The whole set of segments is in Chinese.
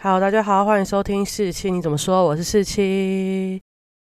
Hello， 大家好，欢迎收听47你怎么说，我是47。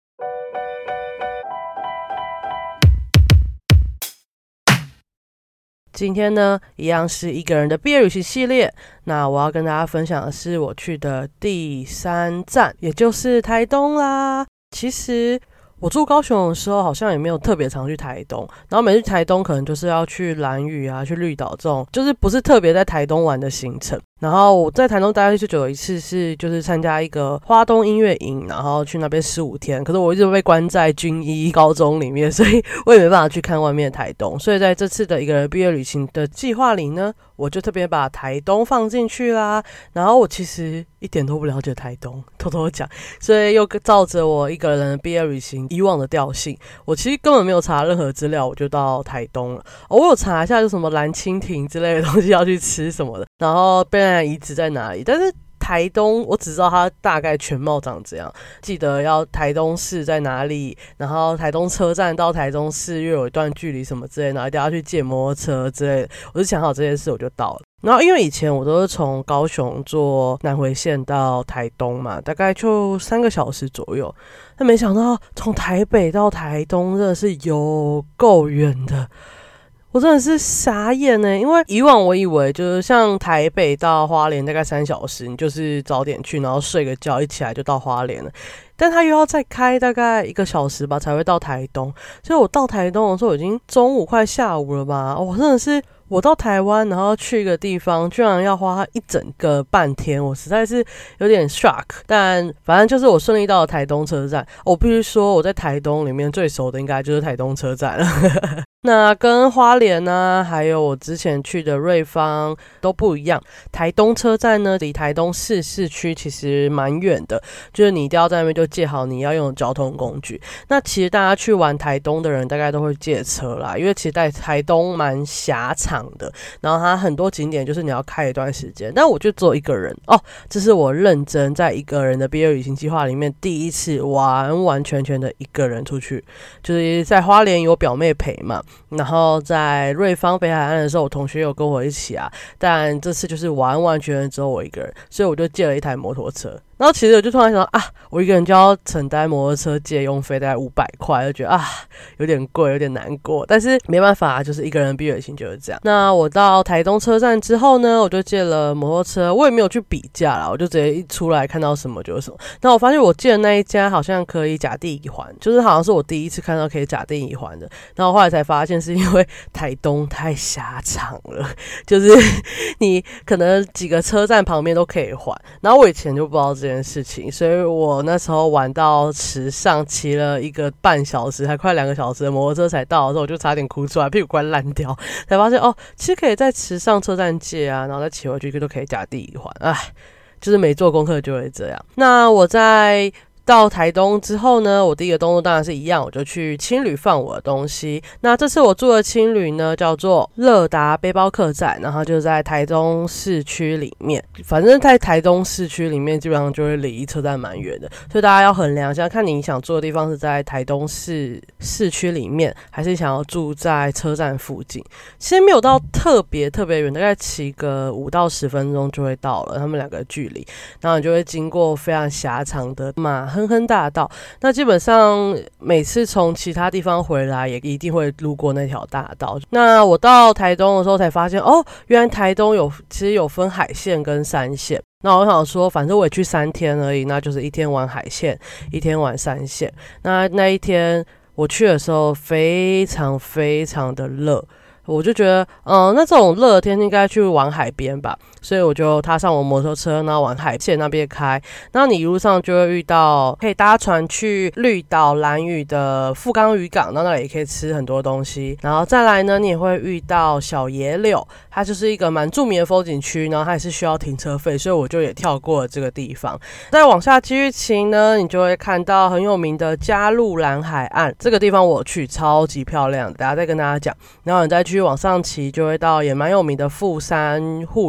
今天呢，一样是一个人的毕业旅行系列。那我要跟大家分享的是我去的第3站，也就是台东啦。其实我住高雄的时候，好像也没有特别常去台东，然后每次台东可能就是要去兰屿啊、去绿岛这种，就是不是特别在台东玩的行程。然后我在台东待最久有一次是就是参加一个花东音乐营，然后去那边15天，可是我一直被关在军医高中里面，所以我也没办法去看外面的台东。所以在这次的一个人毕业旅行的计划里呢，我就特别把台东放进去啦。然后我其实一点都不了解台东，偷偷讲，所以又照着我一个人的毕业旅行以往的调性，我其实根本没有查任何资料，我就到台东了。我有查一下就什么蓝蜻蜓之类的东西要去吃什么的，然后被人遗址在哪里，但是台东我只知道它大概全貌长这样，记得要台东市在哪里，然后台东车站到台东市又有一段距离什么之类的，然后一定要去借摩托车之类的，我就想好这件事我就到了。然后因为以前我都是从高雄坐南回线到台东嘛，大概就3个小时左右，但没想到从台北到台东真的是有够远的。我真的是傻眼耶，因为以往我以为就是像台北到花莲大概3小时，你就是早点去，然后睡个觉，一起来就到花莲了。但他又要再开大概1个小时吧，才会到台东。所以我到台东的时候已经中午快下午了吧，我真的是我到台湾，然后去一个地方，居然要花一整个半天，我实在是有点 shock。但反正就是我顺利到了台东车站。我必须说，我在台东里面最熟的应该就是台东车站了。那跟花莲啊，还有我之前去的瑞芳都不一样。台东车站呢，离台东市市区其实蛮远的，就是你一定要在那边就借好你要用的交通工具。那其实大家去玩台东的人大概都会借车啦，因为其实在台东蛮狭长的，然后它很多景点就是你要开一段时间。但我就只有一个人哦，这是我认真在一个人的毕业旅行计划里面第一次完完全全的一个人出去，就是在花莲有表妹陪嘛。然后在瑞芳北海岸的时候，我同学有跟我一起啊，但这次就是完完全全只有我一个人，所以我就借了一台摩托车。然后其实我就突然想到啊，我一个人就要承担摩托车借用费大概500块，就觉得啊有点贵，有点难过。但是没办法，就是一个人毕业旅行就是这样。那我到台东车站之后呢，我就借了摩托车，我也没有去比价啦，我就直接一出来看到什么就是什么。那我发现我借的那一家好像可以甲地乙还，就是好像是我第一次看到可以甲地乙还的。然后后来才发现是因为台东太狭长了，就是你可能几个车站旁边都可以还。然后我以前就不知道这件事情，所以我那时候玩到池上，骑了1个半小时还快2个小时的摩托车才到的时候，我就差点哭出来，屁股快烂掉，才发现哦，其实可以在池上车站借啊，然后再骑回去就可以甲地乙还。哎，就是没做功课就会这样。那我在到台东之后呢，我第一个动作当然是一样，我就去青旅放我的东西。那这次我住的青旅呢，叫做乐达背包客栈，然后就在台东市区里面。反正在台东市区里面，基本上就会离车站蛮远的，所以大家要衡量一下，看你想住的地方是在台东市区里面，还是想要住在车站附近。其实没有到特别远，大概骑个5到10分钟就会到了，他们2个距离。然后你就会经过非常狭长的马亨亨大道，那基本上每次从其他地方回来也一定会路过那条大道。那我到台东的时候才发现，哦，原来台东其实有分海线跟山线。那我想说，反正我也去3天而已，那就是1天玩海线，1天玩山线。那一天我去的时候非常非常的热，我就觉得那这种热的天应该去玩海边吧，所以我就踏上我摩托车，然后往海线那边开。然后你一路上就会遇到可以搭船去绿岛兰屿的富冈渔港，那里也可以吃很多东西。然后再来呢，你也会遇到小野柳，它就是一个蛮著名的风景区，然后它也是需要停车费，所以我就也跳过了这个地方。再往下继续骑呢，你就会看到很有名的加路兰海岸，这个地方我去超级漂亮的，等下再跟大家讲。然后你再继续往上骑，就会到也蛮有名的富山护渔区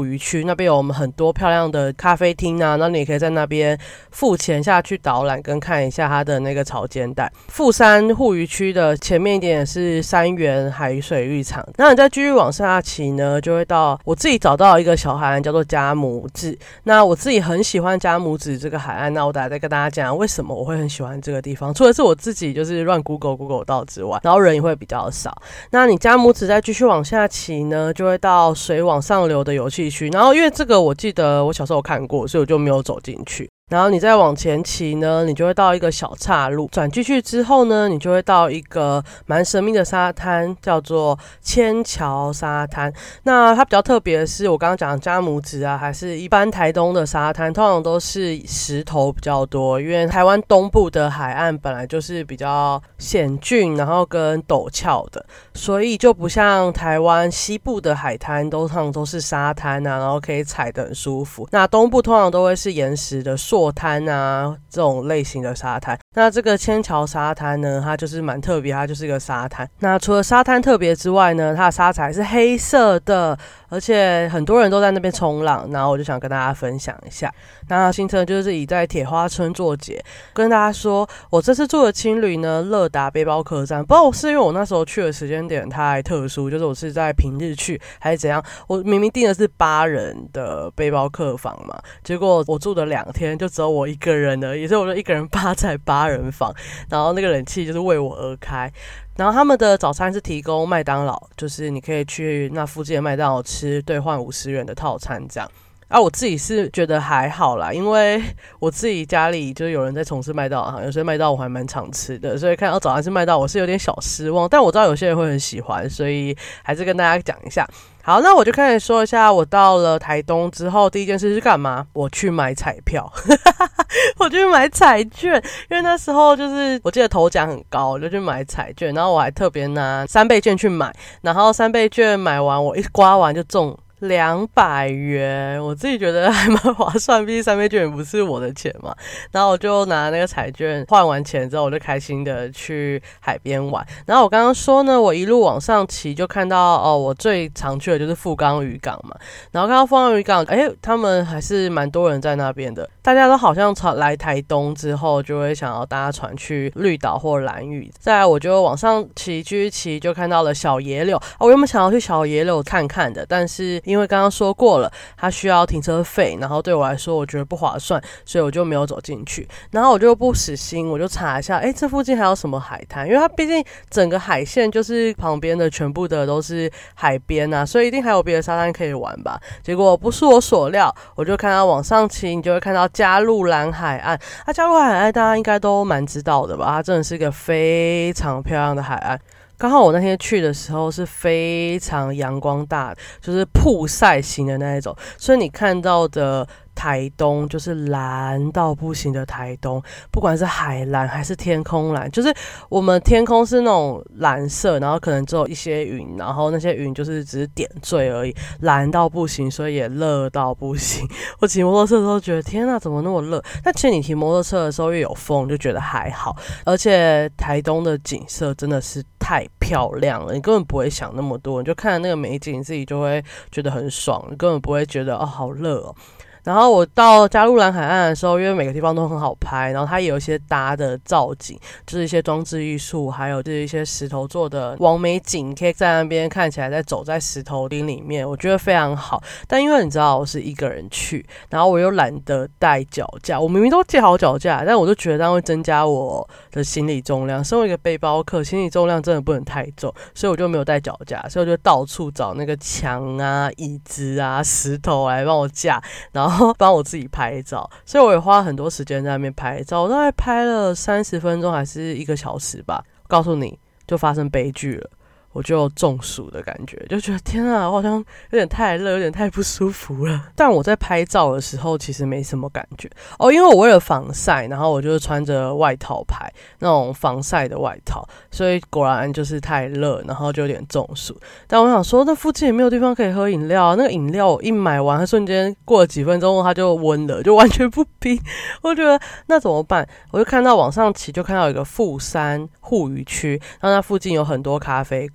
区，那边有我们很多漂亮的咖啡厅啊，那你也可以在那边付钱下去导览跟看一下它的那个潮间带。富山护渔区的前面一点是三元海水浴场，那你再继续往下骑呢，就会到我自己找到一个小海岸叫做加姆子。那我自己很喜欢加姆子这个海岸，那我等下再跟大家讲为什么我会很喜欢这个地方。除了是我自己就是乱 Google 到之外，然后人也会比较少。那你加姆子再继续往下骑呢，就会到水往上流的游戏区。然后因为这个我记得我小时候有看过，所以我就没有走进去。然后你再往前骑呢，你就会到一个小岔路，转进去之后呢，你就会到一个蛮神秘的沙滩，叫做千桥沙滩。那它比较特别的是，我刚刚讲的加姆子啊，还是一般台东的沙滩，通常都是石头比较多，因为台湾东部的海岸本来就是比较险峻，然后跟陡峭的，所以就不像台湾西部的海滩，通常都是沙滩啊，然后可以踩得很舒服。那东部通常都会是岩石的硕滩啊，这种类型的沙滩。那这个千桥沙滩呢，它就是蛮特别，它就是一个沙滩。那除了沙滩特别之外呢，它的沙彩是黑色的，而且很多人都在那边冲浪，然后我就想跟大家分享一下。那行程就是以在铁花村做结，跟大家说我这次住的青旅呢，乐达背包客栈。不知道是因为我那时候去的时间点太特殊，就是我是在平日去还是怎样，我明明订的是8人的背包客房嘛，结果我住的2天就只有我一个人而已，所以我就一个人扒在8人房，然后那个冷气就是为我而开。然后他们的早餐是提供麦当劳，就是你可以去那附近的麦当劳吃兑换50元的套餐这样。我自己是觉得还好啦，因为我自己家里就是有人在从事麦当劳行业，所以麦当劳我还蛮常吃的，所以看到早餐是麦当劳我是有点小失望，但我知道有些人会很喜欢，所以还是跟大家讲一下。好，那我就开始说一下我到了台东之后第一件事是干嘛。我去买彩票我去买彩券，因为那时候就是我记得头奖很高，我就去买彩券，然后我还特别拿3倍券去买，然后3倍券买完我一刮完就中200元，我自己觉得还蛮划算，毕竟3倍券也不是我的钱嘛。然后我就拿那个彩券换完钱之后，我就开心的去海边玩。然后我刚刚说呢，我一路往上骑就看到我最常去的就是富冈渔港嘛。然后看到富冈渔港，他们还是蛮多人在那边的，大家都好像来台东之后就会想要搭船去绿岛或兰屿。再来我就往上骑，继续骑就看到了小野柳。我原本想要去小野柳看看的，但是因为刚刚说过了，它需要停车费，然后对我来说我觉得不划算，所以我就没有走进去。然后我就不死心，我就查一下，这附近还有什么海滩？因为它毕竟整个海线就是旁边的全部的都是海边啊，所以一定还有别的沙滩可以玩吧。结果不出我所料，我就看到往上骑，你就会看到加路兰海岸。加路兰海岸大家应该都蛮知道的吧？它真的是一个非常漂亮的海岸。刚好我那天去的时候是非常阳光大的，就是曝晒型的那一种，所以你看到的台东就是蓝到不行的台东，不管是海蓝还是天空蓝，就是我们天空是那种蓝色，然后可能只有一些云，然后那些云就是只是点缀而已，蓝到不行，所以也热到不行。我骑摩托车的时候觉得天哪，怎么那么热？但其实你骑摩托车的时候又有风，就觉得还好。而且台东的景色真的是太漂亮了，你根本不会想那么多，你就看着那个美景，自己就会觉得很爽，你根本不会觉得好热哦。然后我到加路兰海岸的时候，因为每个地方都很好拍，然后它也有一些搭的造景，就是一些装置艺术，还有就是一些石头做的完美景，可以在那边看起来在走在石头林里面，我觉得非常好。但因为你知道我是一个人去，然后我又懒得带脚架，我明明都借好脚架，但我就觉得这样会增加我的行李重量。身为一个背包客，行李重量真的不能太重，所以我就没有带脚架，所以我就到处找那个墙啊、椅子啊、石头来帮我架，然后帮我自己拍照，所以我也花很多时间在那边拍照，我大概拍了30分钟还是1个小时吧。我告诉你，就发生悲剧了。我就中暑的感觉，就觉得天啊，我好像有点太热，有点太不舒服了。但我在拍照的时候其实没什么感觉因为我为了防晒，然后我就穿着外套拍那种防晒的外套，所以果然就是太热，然后就有点中暑。但我想说，那附近也没有地方可以喝饮料啊。那个饮料我一买完，它瞬间过了几分钟，它就温了，就完全不冰。我觉得那怎么办？我就看到往上骑，就看到有一个富山护渔区，然后那附近有很多咖啡厅。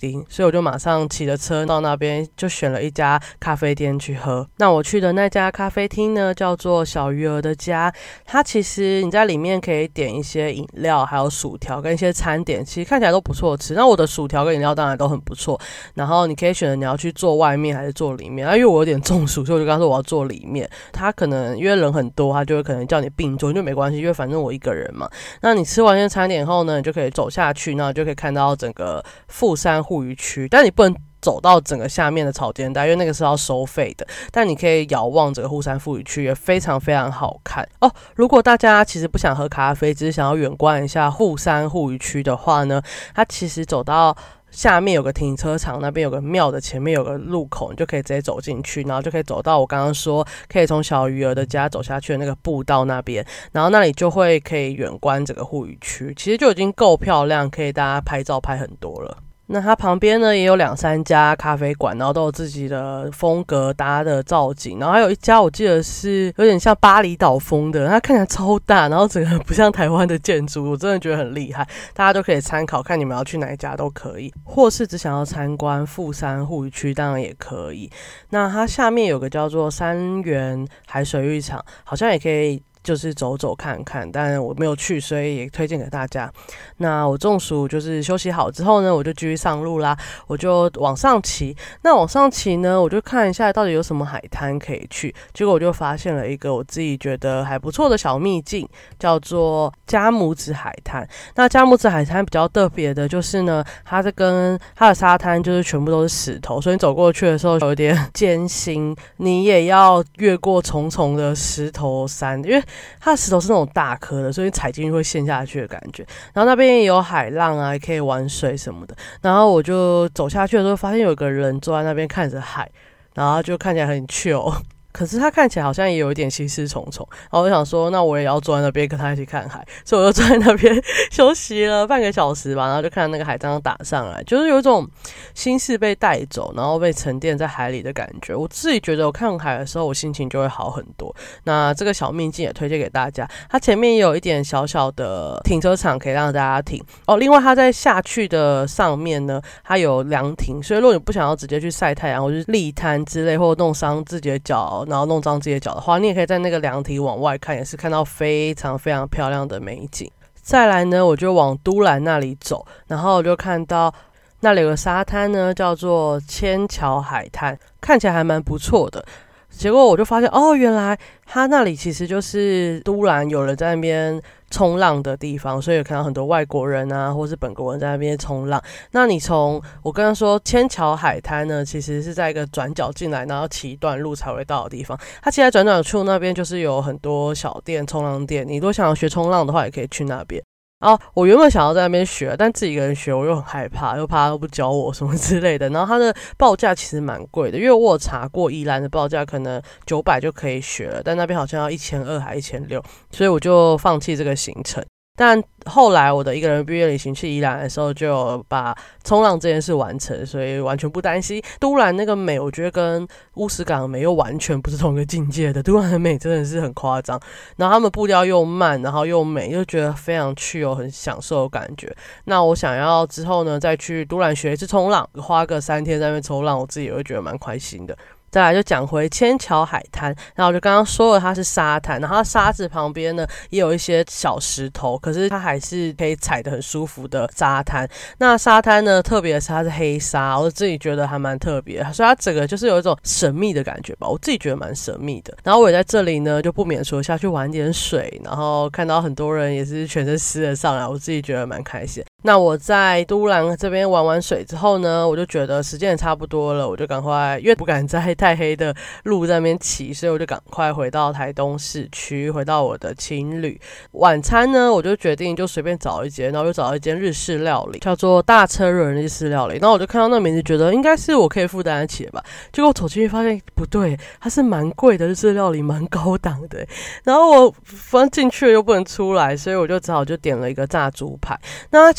厅，所以我就马上骑着车到那边，就选了一家咖啡店去喝。那我去的那家咖啡厅呢，叫做小鱼儿的家。它其实你在里面可以点一些饮料，还有薯条跟一些餐点，其实看起来都不错吃。那我的薯条跟饮料当然都很不错，然后你可以选择你要去坐外面还是坐里面。因为我有点中暑，所以我就跟他说我要坐里面。他可能因为人很多，他就会可能叫你并坐，就没关系，因为反正我一个人嘛。那你吃完这些餐点后呢，你就可以走下去，那你就可以看到整个富山护渔区，但你不能走到整个下面的草间带，因为那个是要收费的。但你可以遥望整个富山护渔区，也非常非常好看哦。如果大家其实不想喝咖啡，只是想要远观一下富山护渔区的话呢，它其实走到下面有个停车场，那边有个庙的前面有个路口，你就可以直接走进去，然后就可以走到我刚刚说可以从小鱼儿的家走下去的那个步道那边，然后那里就会可以远观整个护渔区，其实就已经够漂亮，可以大家拍照拍很多了。那它旁边呢也有2-3家咖啡馆，然后都有自己的风格搭的造景，然后还有一家我记得是有点像巴厘岛风的，它看起来超大，然后整个不像台湾的建筑，我真的觉得很厉害，大家都可以参考，看你们要去哪一家都可以，或是只想要参观富山护渔区当然也可以。那它下面有个叫做三元海水浴场，好像也可以就是走走看看，但我没有去，所以也推荐给大家。那我中暑就是休息好之后呢，我就继续上路啦，我就往上骑。那往上骑呢，我就看一下到底有什么海滩可以去，结果我就发现了一个我自己觉得还不错的小秘境，叫做加姆子海滩。那加姆子海滩比较特别的就是呢，它跟它的沙滩就是全部都是石头，所以你走过去的时候有点艰辛，你也要越过重重的石头山，因为它的石头是那种大颗的，所以踩进去会陷下去的感觉。然后那边也有海浪啊，也可以玩水什么的。然后我就走下去的时候，发现有个人坐在那边看着海，然后就看起来很 chill。可是他看起来好像也有一点心事重重，然后我就想说，那我也要坐在那边跟他一起看海，所以我就坐在那边休息了半个小时吧，然后就看那个海这样打上来，就是有一种心事被带走，然后被沉淀在海里的感觉。我自己觉得我看海的时候，我心情就会好很多。那这个小秘境也推荐给大家，它前面也有一点小小的停车场可以让大家停哦。另外，它在下去的上面呢，它有凉亭，所以如果你不想要直接去晒太阳，或是立滩之类，或弄伤自己的脚，然后弄脏自己的脚的话，你也可以在那个凉亭往外看，也是看到非常非常漂亮的美景。再来呢，我就往都兰那里走，然后我就看到那里有个沙滩呢，叫做千桥海滩，看起来还蛮不错的。结果我就发现哦，原来它那里其实就是都兰有人在那边冲浪的地方，所以有看到很多外国人啊，或是本国人在那边冲浪。那你从我刚刚说千桥海滩呢，其实是在一个转角进来，然后骑一段路才会到的地方。它其实在转角处那边就是有很多小店、冲浪店，你如果想要学冲浪的话，也可以去那边。然后我原本想要在那边学，但自己一个人学我又很害怕，又怕他不教我什么之类的。然后它的报价其实蛮贵的，因为我有查过宜兰的报价可能900就可以学了，但那边好像要1200还1600，所以我就放弃这个行程。但后来我的一个人毕业旅行去宜兰的时候，就有把冲浪这件事完成，所以完全不担心。都兰那个美，我觉得跟乌石港的美又完全不是同一个境界的。都兰的美真的是很夸张，然后他们步调又慢，然后又美，又觉得非常chill，很享受的感觉。那我想要之后呢，再去都兰学一次冲浪，花个3天在那边冲浪，我自己也会觉得蛮开心的。再来就讲回千桥海滩，然后我就刚刚说了它是沙滩，然后它沙子旁边呢也有一些小石头，可是它还是可以踩得很舒服的沙滩。那沙滩呢，特别是它是黑沙，我自己觉得还蛮特别，所以它整个就是有一种神秘的感觉吧，我自己觉得蛮神秘的。然后我也在这里呢，就不免说下去玩点水，然后看到很多人也是全身湿了上来，我自己觉得蛮开心。那我在都兰这边玩完水之后呢，我就觉得时间也差不多了，我就赶快，因为不敢在太黑的路在那边骑，所以我就赶快回到台东市区，回到我的青旅。晚餐呢，我就决定就随便找一间，然后就找一间日式料理，叫做大车轮日式料理。然后我就看到那个名字，觉得应该是我可以负担得起的吧。结果走进去发现不对，它是蛮贵的日式料理，蛮高档的。然后我反正进去了又不能出来，所以我就只好就点了一个炸猪排。那它其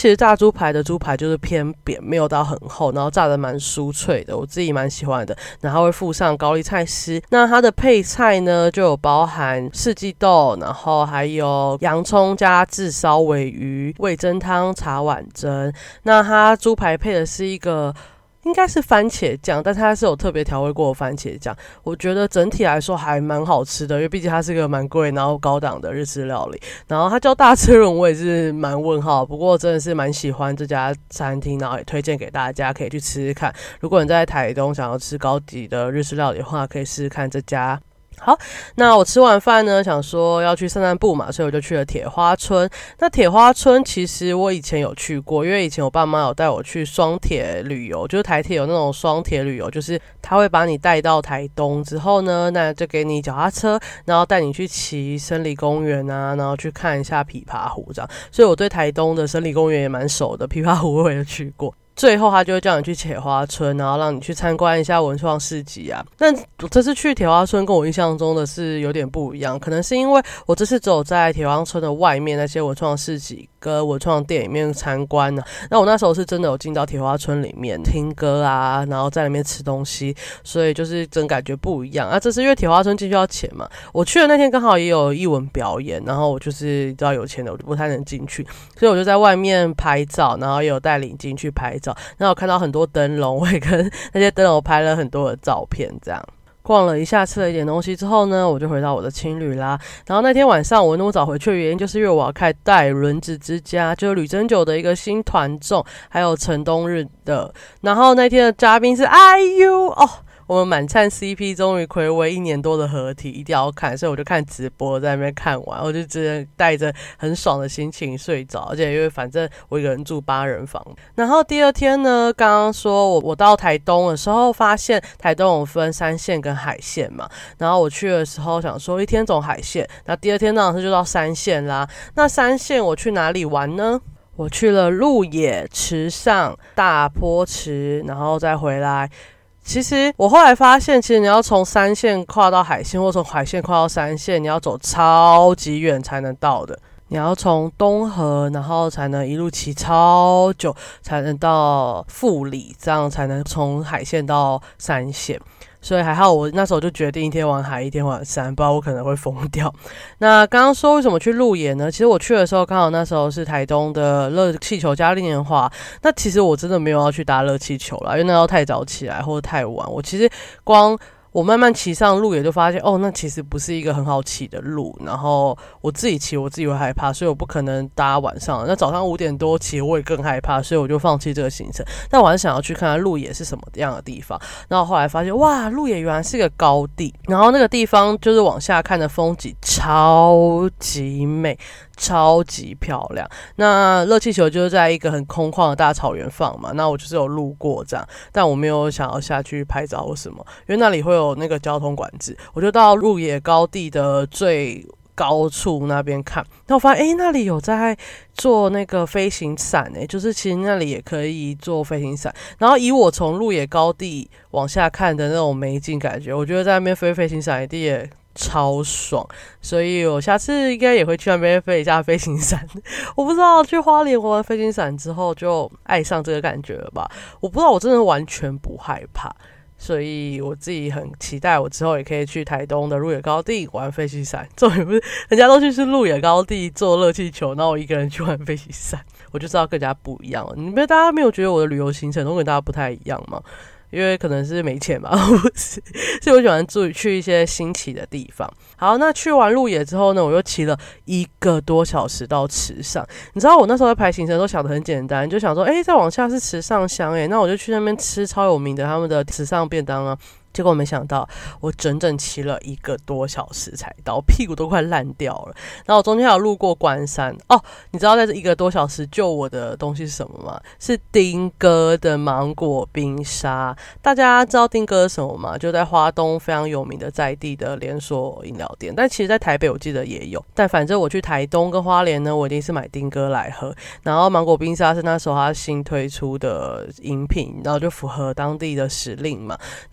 实炸猪排的猪排就是偏扁，没有到很厚，然后炸的蛮酥脆的，我自己蛮喜欢的。然后会附上高丽菜丝，那它的配菜呢就有包含四季豆，然后还有洋葱加炙烧鲔鱼、味噌汤、茶碗蒸。那它猪排配的是一个应该是番茄酱，但它是有特别调味过的番茄酱，我觉得整体来说还蛮好吃的，因为毕竟它是个蛮贵然后高档的日式料理。然后它叫大吃润，我也是蛮问号，不过真的是蛮喜欢这家餐厅，然后也推荐给大家可以去吃吃看。如果你在台东想要吃高级的日式料理的话，可以试试看这家。好，那我吃完饭呢，想说要去散散步嘛，所以我就去了铁花村。那铁花村其实我以前有去过，因为以前我爸妈有带我去双铁旅游，就是台铁有那种双铁旅游，就是他会把你带到台东之后呢，那就给你脚踏车，然后带你去骑森林公园啊，然后去看一下琵琶湖这样。所以我对台东的森林公园也蛮熟的，琵琶湖我也有去过。最后他就会叫你去铁花村，然后让你去参观一下文创市集啊。那我这次去铁花村跟我印象中的是有点不一样，可能是因为我这次只有在铁花村的外面那些文创市集跟文创店里面参观呢。那我那时候是真的有进到铁花村里面听歌啊，然后在里面吃东西，所以就是真感觉不一样啊。这是因为铁花村进去要钱嘛，我去的那天刚好也有艺文表演，然后我就是知道有钱的我就不太能进去，所以我就在外面拍照，然后也有带领进去拍照。那我看到很多灯笼，我也跟那些灯笼拍了很多的照片，这样。逛了一下，吃了一点东西之后呢，我就回到我的青旅啦。然后那天晚上我那么早回去的原因，就是因为我要看带轮子之家，就是吕珍九的一个新团综，还有陈冬日的。然后那天的嘉宾是 IU 哦。我们满灿 CP 终于睽违1年多的合体，一定要看，所以我就看直播，在那边看完，我就直接带着很爽的心情睡着，而且因为反正我一个人住8人房。然后第二天呢，刚刚说我到台东的时候，发现台东有分山线跟海线嘛，然后我去的时候想说一天走海线，那第二天当然就到山线啦。那山线我去哪里玩呢？我去了鹿野、池上、大坡池，然后再回来。其实我后来发现，其实你要从山线跨到海线，或从海线跨到山线，你要走超级远才能到的。你要从东河，然后才能一路骑超久，才能到富里，这样才能从海线到山线。所以还好我那时候就决定一天玩海一天玩山，不然我可能会疯掉。那刚刚说为什么去鹿野呢？其实我去的时候刚好那时候是台东的热气球嘉年华，那其实我真的没有要去搭热气球啦，因为那要太早起来或者太晚。我其实光我慢慢骑上路也就发现，哦，那其实不是一个很好骑的路，然后我自己骑我自己会害怕，所以我不可能搭晚上。那早上5点多骑我也更害怕，所以我就放弃这个行程。但我还是想要去看看鹿野是什么样的地方。然后后来发现，哇，鹿野原来是个高地，然后那个地方就是往下看的风景超级美，超级漂亮。那热气球就是在一个很空旷的大草原放嘛，那我就是有路过这样，但我没有想要下去拍照或什么，因为那里会有那个交通管制。我就到鹿野高地的最高处那边看，那我发现那里有在做那个飞行伞就是其实那里也可以做飞行伞。然后以我从鹿野高地往下看的那种美景感觉，我觉得在那边飞行伞一定也超爽，所以我下次应该也会去那边飞一下飞行伞。我不知道去花莲玩飞行伞之后就爱上这个感觉了吧？我不知道，我真的完全不害怕。所以我自己很期待，我之后也可以去台东的鹿野高地玩飞行伞。重点不是人家都去是鹿野高地坐热气球，然后我一个人去玩飞行伞，我就知道更加不一样了。你们大家没有觉得我的旅游行程都跟大家不太一样吗？因为可能是没钱吧，不是，所以我喜欢去一些新奇的地方。好，那去完鹿野之后呢，我又骑了1个多小时到池上。你知道我那时候在排行程都想得很简单，就想说，再往下是池上乡那我就去那边吃超有名的他们的池上便当啊。结果没想到，我整整骑了1个多小时才到，屁股都快烂掉了。然后我中间还有路过关山哦，你知道在这1个多小时救我的东西是什么吗？是丁哥的芒果冰沙。大家知道丁哥是什么吗？就在花东非常有名的在地的连锁饮料店，但其实在台北我记得也有。但反正我去台东跟花莲呢，我一定是买丁哥来喝。然后芒果冰沙是那时候他新推出的饮品，然后就符合当地的时令嘛。然后我告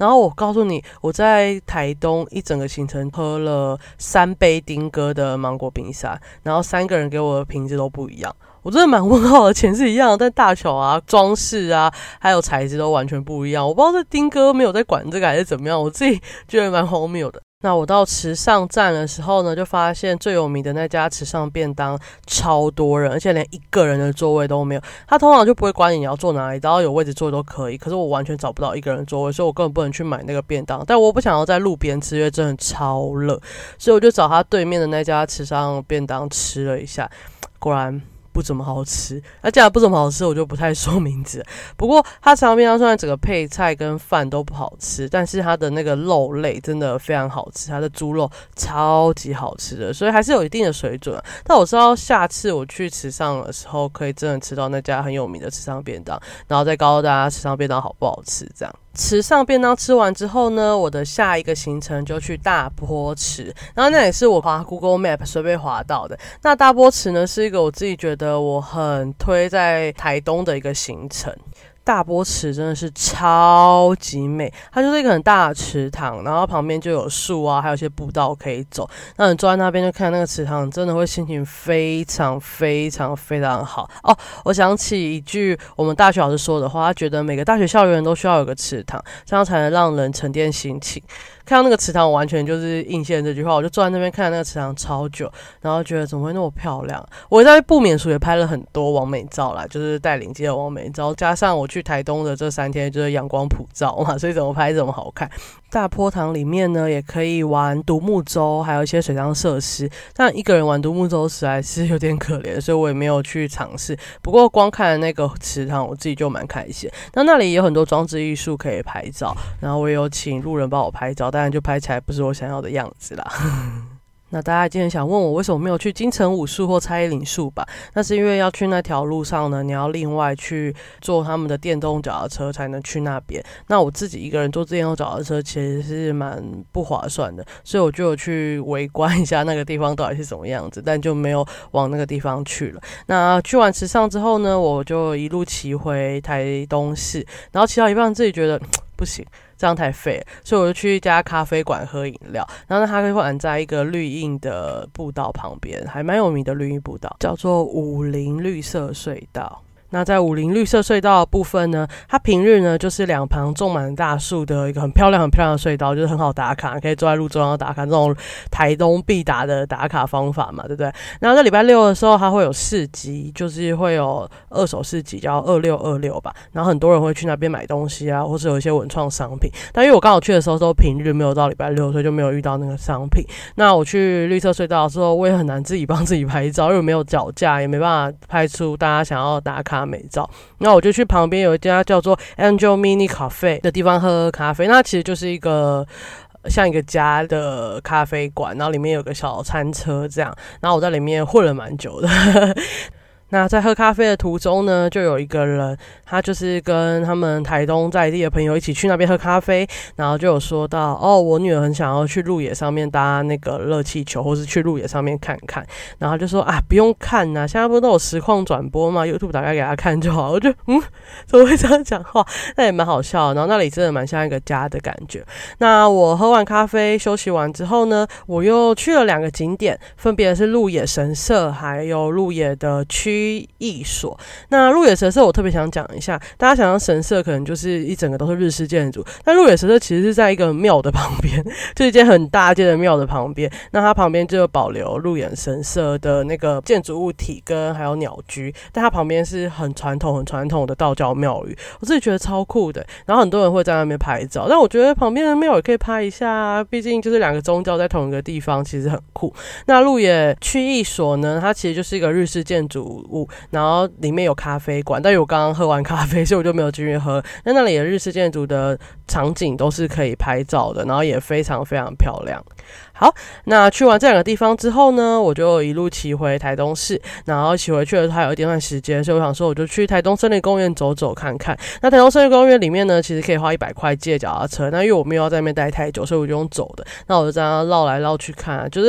告诉你，我在台东一整个行程喝了3杯丁哥的芒果冰沙，然后3个人给我的瓶子都不一样。我真的蛮问号的，钱是一样的，但大小啊、装饰啊，还有材质都完全不一样。我不知道这丁哥没有在管这个还是怎么样，我自己觉得蛮荒谬的。那我到池上站的时候呢，就发现最有名的那家池上便当超多人，而且连一个人的座位都没有。他通常就不会管你要坐哪里，只要有位置坐都可以。可是我完全找不到一个人座位，所以我根本不能去买那个便当。但我不想要在路边吃，因为真的超热，所以我就找他对面的那家池上便当吃了一下，果然不怎么好吃。那既然不怎么好吃，我就不太说名字。不过它池上便当虽然整个配菜跟饭都不好吃，但是它的那个肉类真的非常好吃，它的猪肉超级好吃的，所以还是有一定的水准。但我知道下次我去池上的时候，可以真的吃到那家很有名的池上便当，然后再告诉大家池上便当好不好吃这样。池上便当吃完之后呢，我的下一个行程就去大坡池，然后那也是我滑 Google Map 随便滑到的。那大坡池呢，是一个我自己觉得我很推在台东的一个行程。大坡池真的是超级美，它就是一个很大的池塘，然后旁边就有树啊，还有一些步道可以走。那你坐在那边就看那个池塘，真的会心情非常非常非常好哦。我想起一句我们大学老师说的话，他觉得每个大学校园都需要有个池塘，这样才能让人沉淀心情。看到那个池塘，我完全就是应验这句话，我就坐在那边看那个池塘超久，然后觉得怎么会那么漂亮。我在不免俗也拍了很多完美照啦，就是带领机的完美照，加上我去台东的这3天就是阳光普照嘛，所以怎么拍怎么好看。大坡塘里面呢，也可以玩独木舟，还有一些水上设施。但一个人玩独木舟实在是有点可怜，所以我也没有去尝试。不过光看那个池塘，我自己就蛮开心。那里也有很多装置艺术可以拍照，然后我也有请路人帮我拍照，当然就拍起来不是我想要的样子啦。那大家一定很想问我为什么没有去金城武树或蔡依林树吧？那是因为要去那条路上呢，你要另外去坐他们的电动脚踏车才能去那边。那我自己一个人坐电动脚踏车其实是蛮不划算的，所以我就有去围观一下那个地方到底是什么样子，但就没有往那个地方去了。那去完池上之后呢，我就一路骑回台东市，然后骑到一半自己觉得不行，这样太废了，所以我就去一家咖啡馆喝饮料。然后那咖啡馆在一个绿荫的步道旁边，还蛮有名的绿荫步道，叫做武陵绿色隧道。那在武陵绿色隧道的部分呢，它平日呢就是两旁种满大树的一个很漂亮的隧道，就是很好打卡，可以坐在路中央打卡，这种台东必打的打卡方法嘛，对不对？然后在礼拜六的时候，它会有市集，就是会有二手市集，叫2626吧。然后很多人会去那边买东西啊，或是有一些文创商品。但因为我刚好去的时候都平日，没有到礼拜六，所以就没有遇到那个商品。那我去绿色隧道的时候，我也很难自己帮自己拍照，因为没有脚架，也没办法拍出大家想要打卡美照。那我就去旁边有一家叫做 Angel Mini Cafe 的地方喝咖啡，那其实就是一个像一个家的咖啡馆，然后里面有个小餐车这样，然后我在里面混了蛮久的。那在喝咖啡的途中呢，就有一个人，他就是跟他们台东在地的朋友一起去那边喝咖啡，然后就有说到，我女儿很想要去鹿野上面搭那个热气球，或是去鹿野上面看看，然后他就说不用看啊，现在不是都有实况转播吗 ？YouTube 打开给他看就好。我就怎么会这样讲话？那也蛮好笑的。然后那里真的蛮像一个家的感觉。那我喝完咖啡休息完之后呢，我又去了2个景点，分别是鹿野神社，还有鹿野的区艺所。那鹿野神社我特别想讲一下，大家想象神社可能就是一整个都是日式建筑，但鹿野神社其实是在一个庙的旁边，就一间很大间的庙的旁边。那它旁边就有保留鹿野神社的那个建筑物体跟还有鸟居，但它旁边是很传统的道教庙宇，我自己觉得超酷的。然后很多人会在那边拍照，但我觉得旁边的庙也可以拍一下啊，毕竟就是2个宗教在同一个地方，其实很酷。那鹿野区艺所呢，它其实就是一个日式建筑物，然后里面有咖啡馆，但是我刚刚喝完咖啡，所以我就没有继续喝。那里的日式建筑的场景都是可以拍照的，然后也非常非常漂亮。好，那去完这2个地方之后呢，我就一路骑回台东市，然后骑回去的时候还有一段时间，所以我想说我就去台东森林公园走走看看。那台东森林公园里面呢，其实可以花100块借脚踏车，那因为我没有要在那边待太久，所以我就用走的。那我就这样绕来绕去看，就是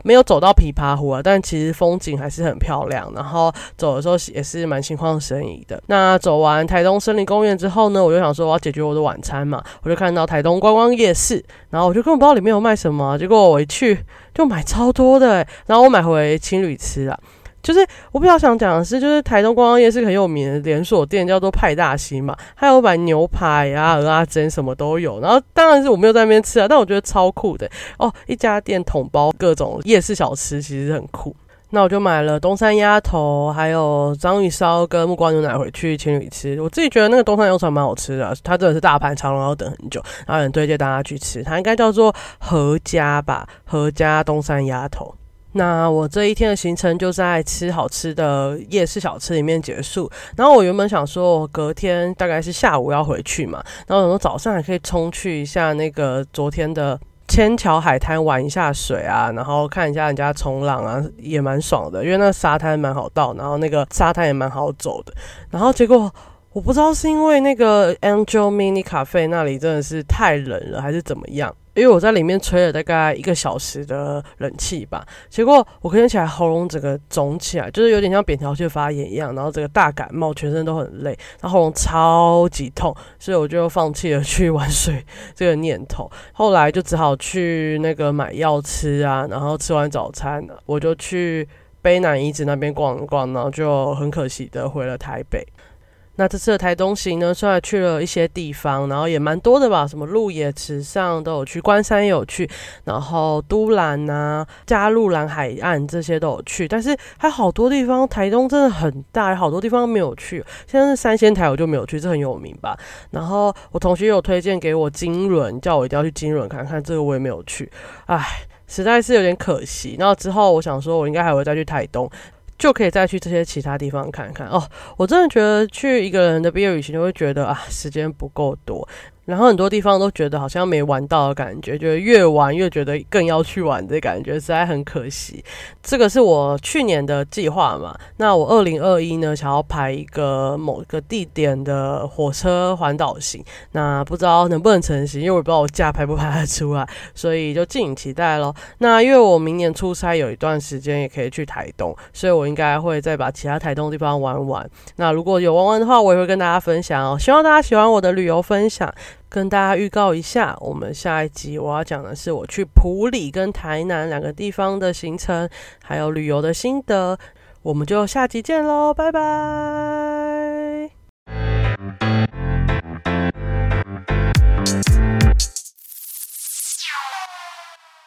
没有走到琵琶湖啊，但其实风景还是很漂亮，然后走的时候也是蛮心旷神怡的。那走完台东森林公园之后呢，我就想说我要解决我的晚餐嘛，我就看到台东观光夜市，然后我就根本不知道里面有卖什么，结果我一去就买超多的然后我买回青旅吃啊。就是我比较想讲的是，就是台东观光夜市很有名的连锁店叫做派大星嘛，还有买牛排啊、蚵仔煎什么都有。然后当然是我没有在那边吃啊，但我觉得超酷的一家店统包各种夜市小吃，其实很酷。那我就买了东山鸭头，还有章鱼烧跟木瓜牛奶回去青旅吃。我自己觉得那个东山鸭头蛮好吃的，它真的是大盘长龙，要等很久，然后很推荐大家去吃。它应该叫做合家吧，合家东山鸭头。那我这一天的行程就在吃好吃的夜市小吃里面结束。然后我原本想说，我隔天大概是下午要回去嘛，然后我说早上还可以冲去一下那个昨天的千桥海滩玩一下水啊，然后看一下人家冲浪啊，也蛮爽的，因为那个沙滩蛮好到，然后那个沙滩也蛮好走的。然后结果我不知道是因为那个 Angel Mini 咖啡那里真的是太冷了，还是怎么样。因为我在里面吹了大概1个小时的冷气吧，结果我隔天起来喉咙整个肿起来，就是有点像扁桃腺发炎一样，然后整个大感冒，全身都很累，然后喉咙超级痛，所以我就放弃了去玩水这个念头。后来就只好去那个买药吃啊，然后吃完早餐我就去卑南遗址那边逛一逛，然后就很可惜的回了台北。那这次的台东行呢，虽然去了一些地方，然后也蛮多的吧，什么鹿野、池上都有去，关山也有去，然后都兰啊、加路兰海岸这些都有去，但是还好多地方，台东真的很大，好多地方没有去。现在是三仙台我就没有去，这很有名吧。然后我同学有推荐给我金轮，叫我一定要去金轮看看，这个我也没有去，实在是有点可惜。然后之后我想说，我应该还会再去台东。就可以再去这些其他地方看看我真的觉得去一个人的毕业旅行就会觉得时间不够多，然后很多地方都觉得好像没玩到的感觉，觉得越玩越觉得更要去玩的感觉，实在很可惜。这个是我去年的计划嘛，那我2021呢想要排一个某个地点的火车环岛行，那不知道能不能成行，因为我不知道我假排不排得出来，所以就敬请期待咯。那因为我明年出差有一段时间也可以去台东，所以我应该会再把其他台东地方玩玩。那如果有玩完的话，我也会跟大家分享希望大家喜欢我的旅游分享。跟大家预告一下，我们下一集我要讲的是我去埔里跟台南2个地方的行程，还有旅游的心得。我们就下集见咯，拜拜。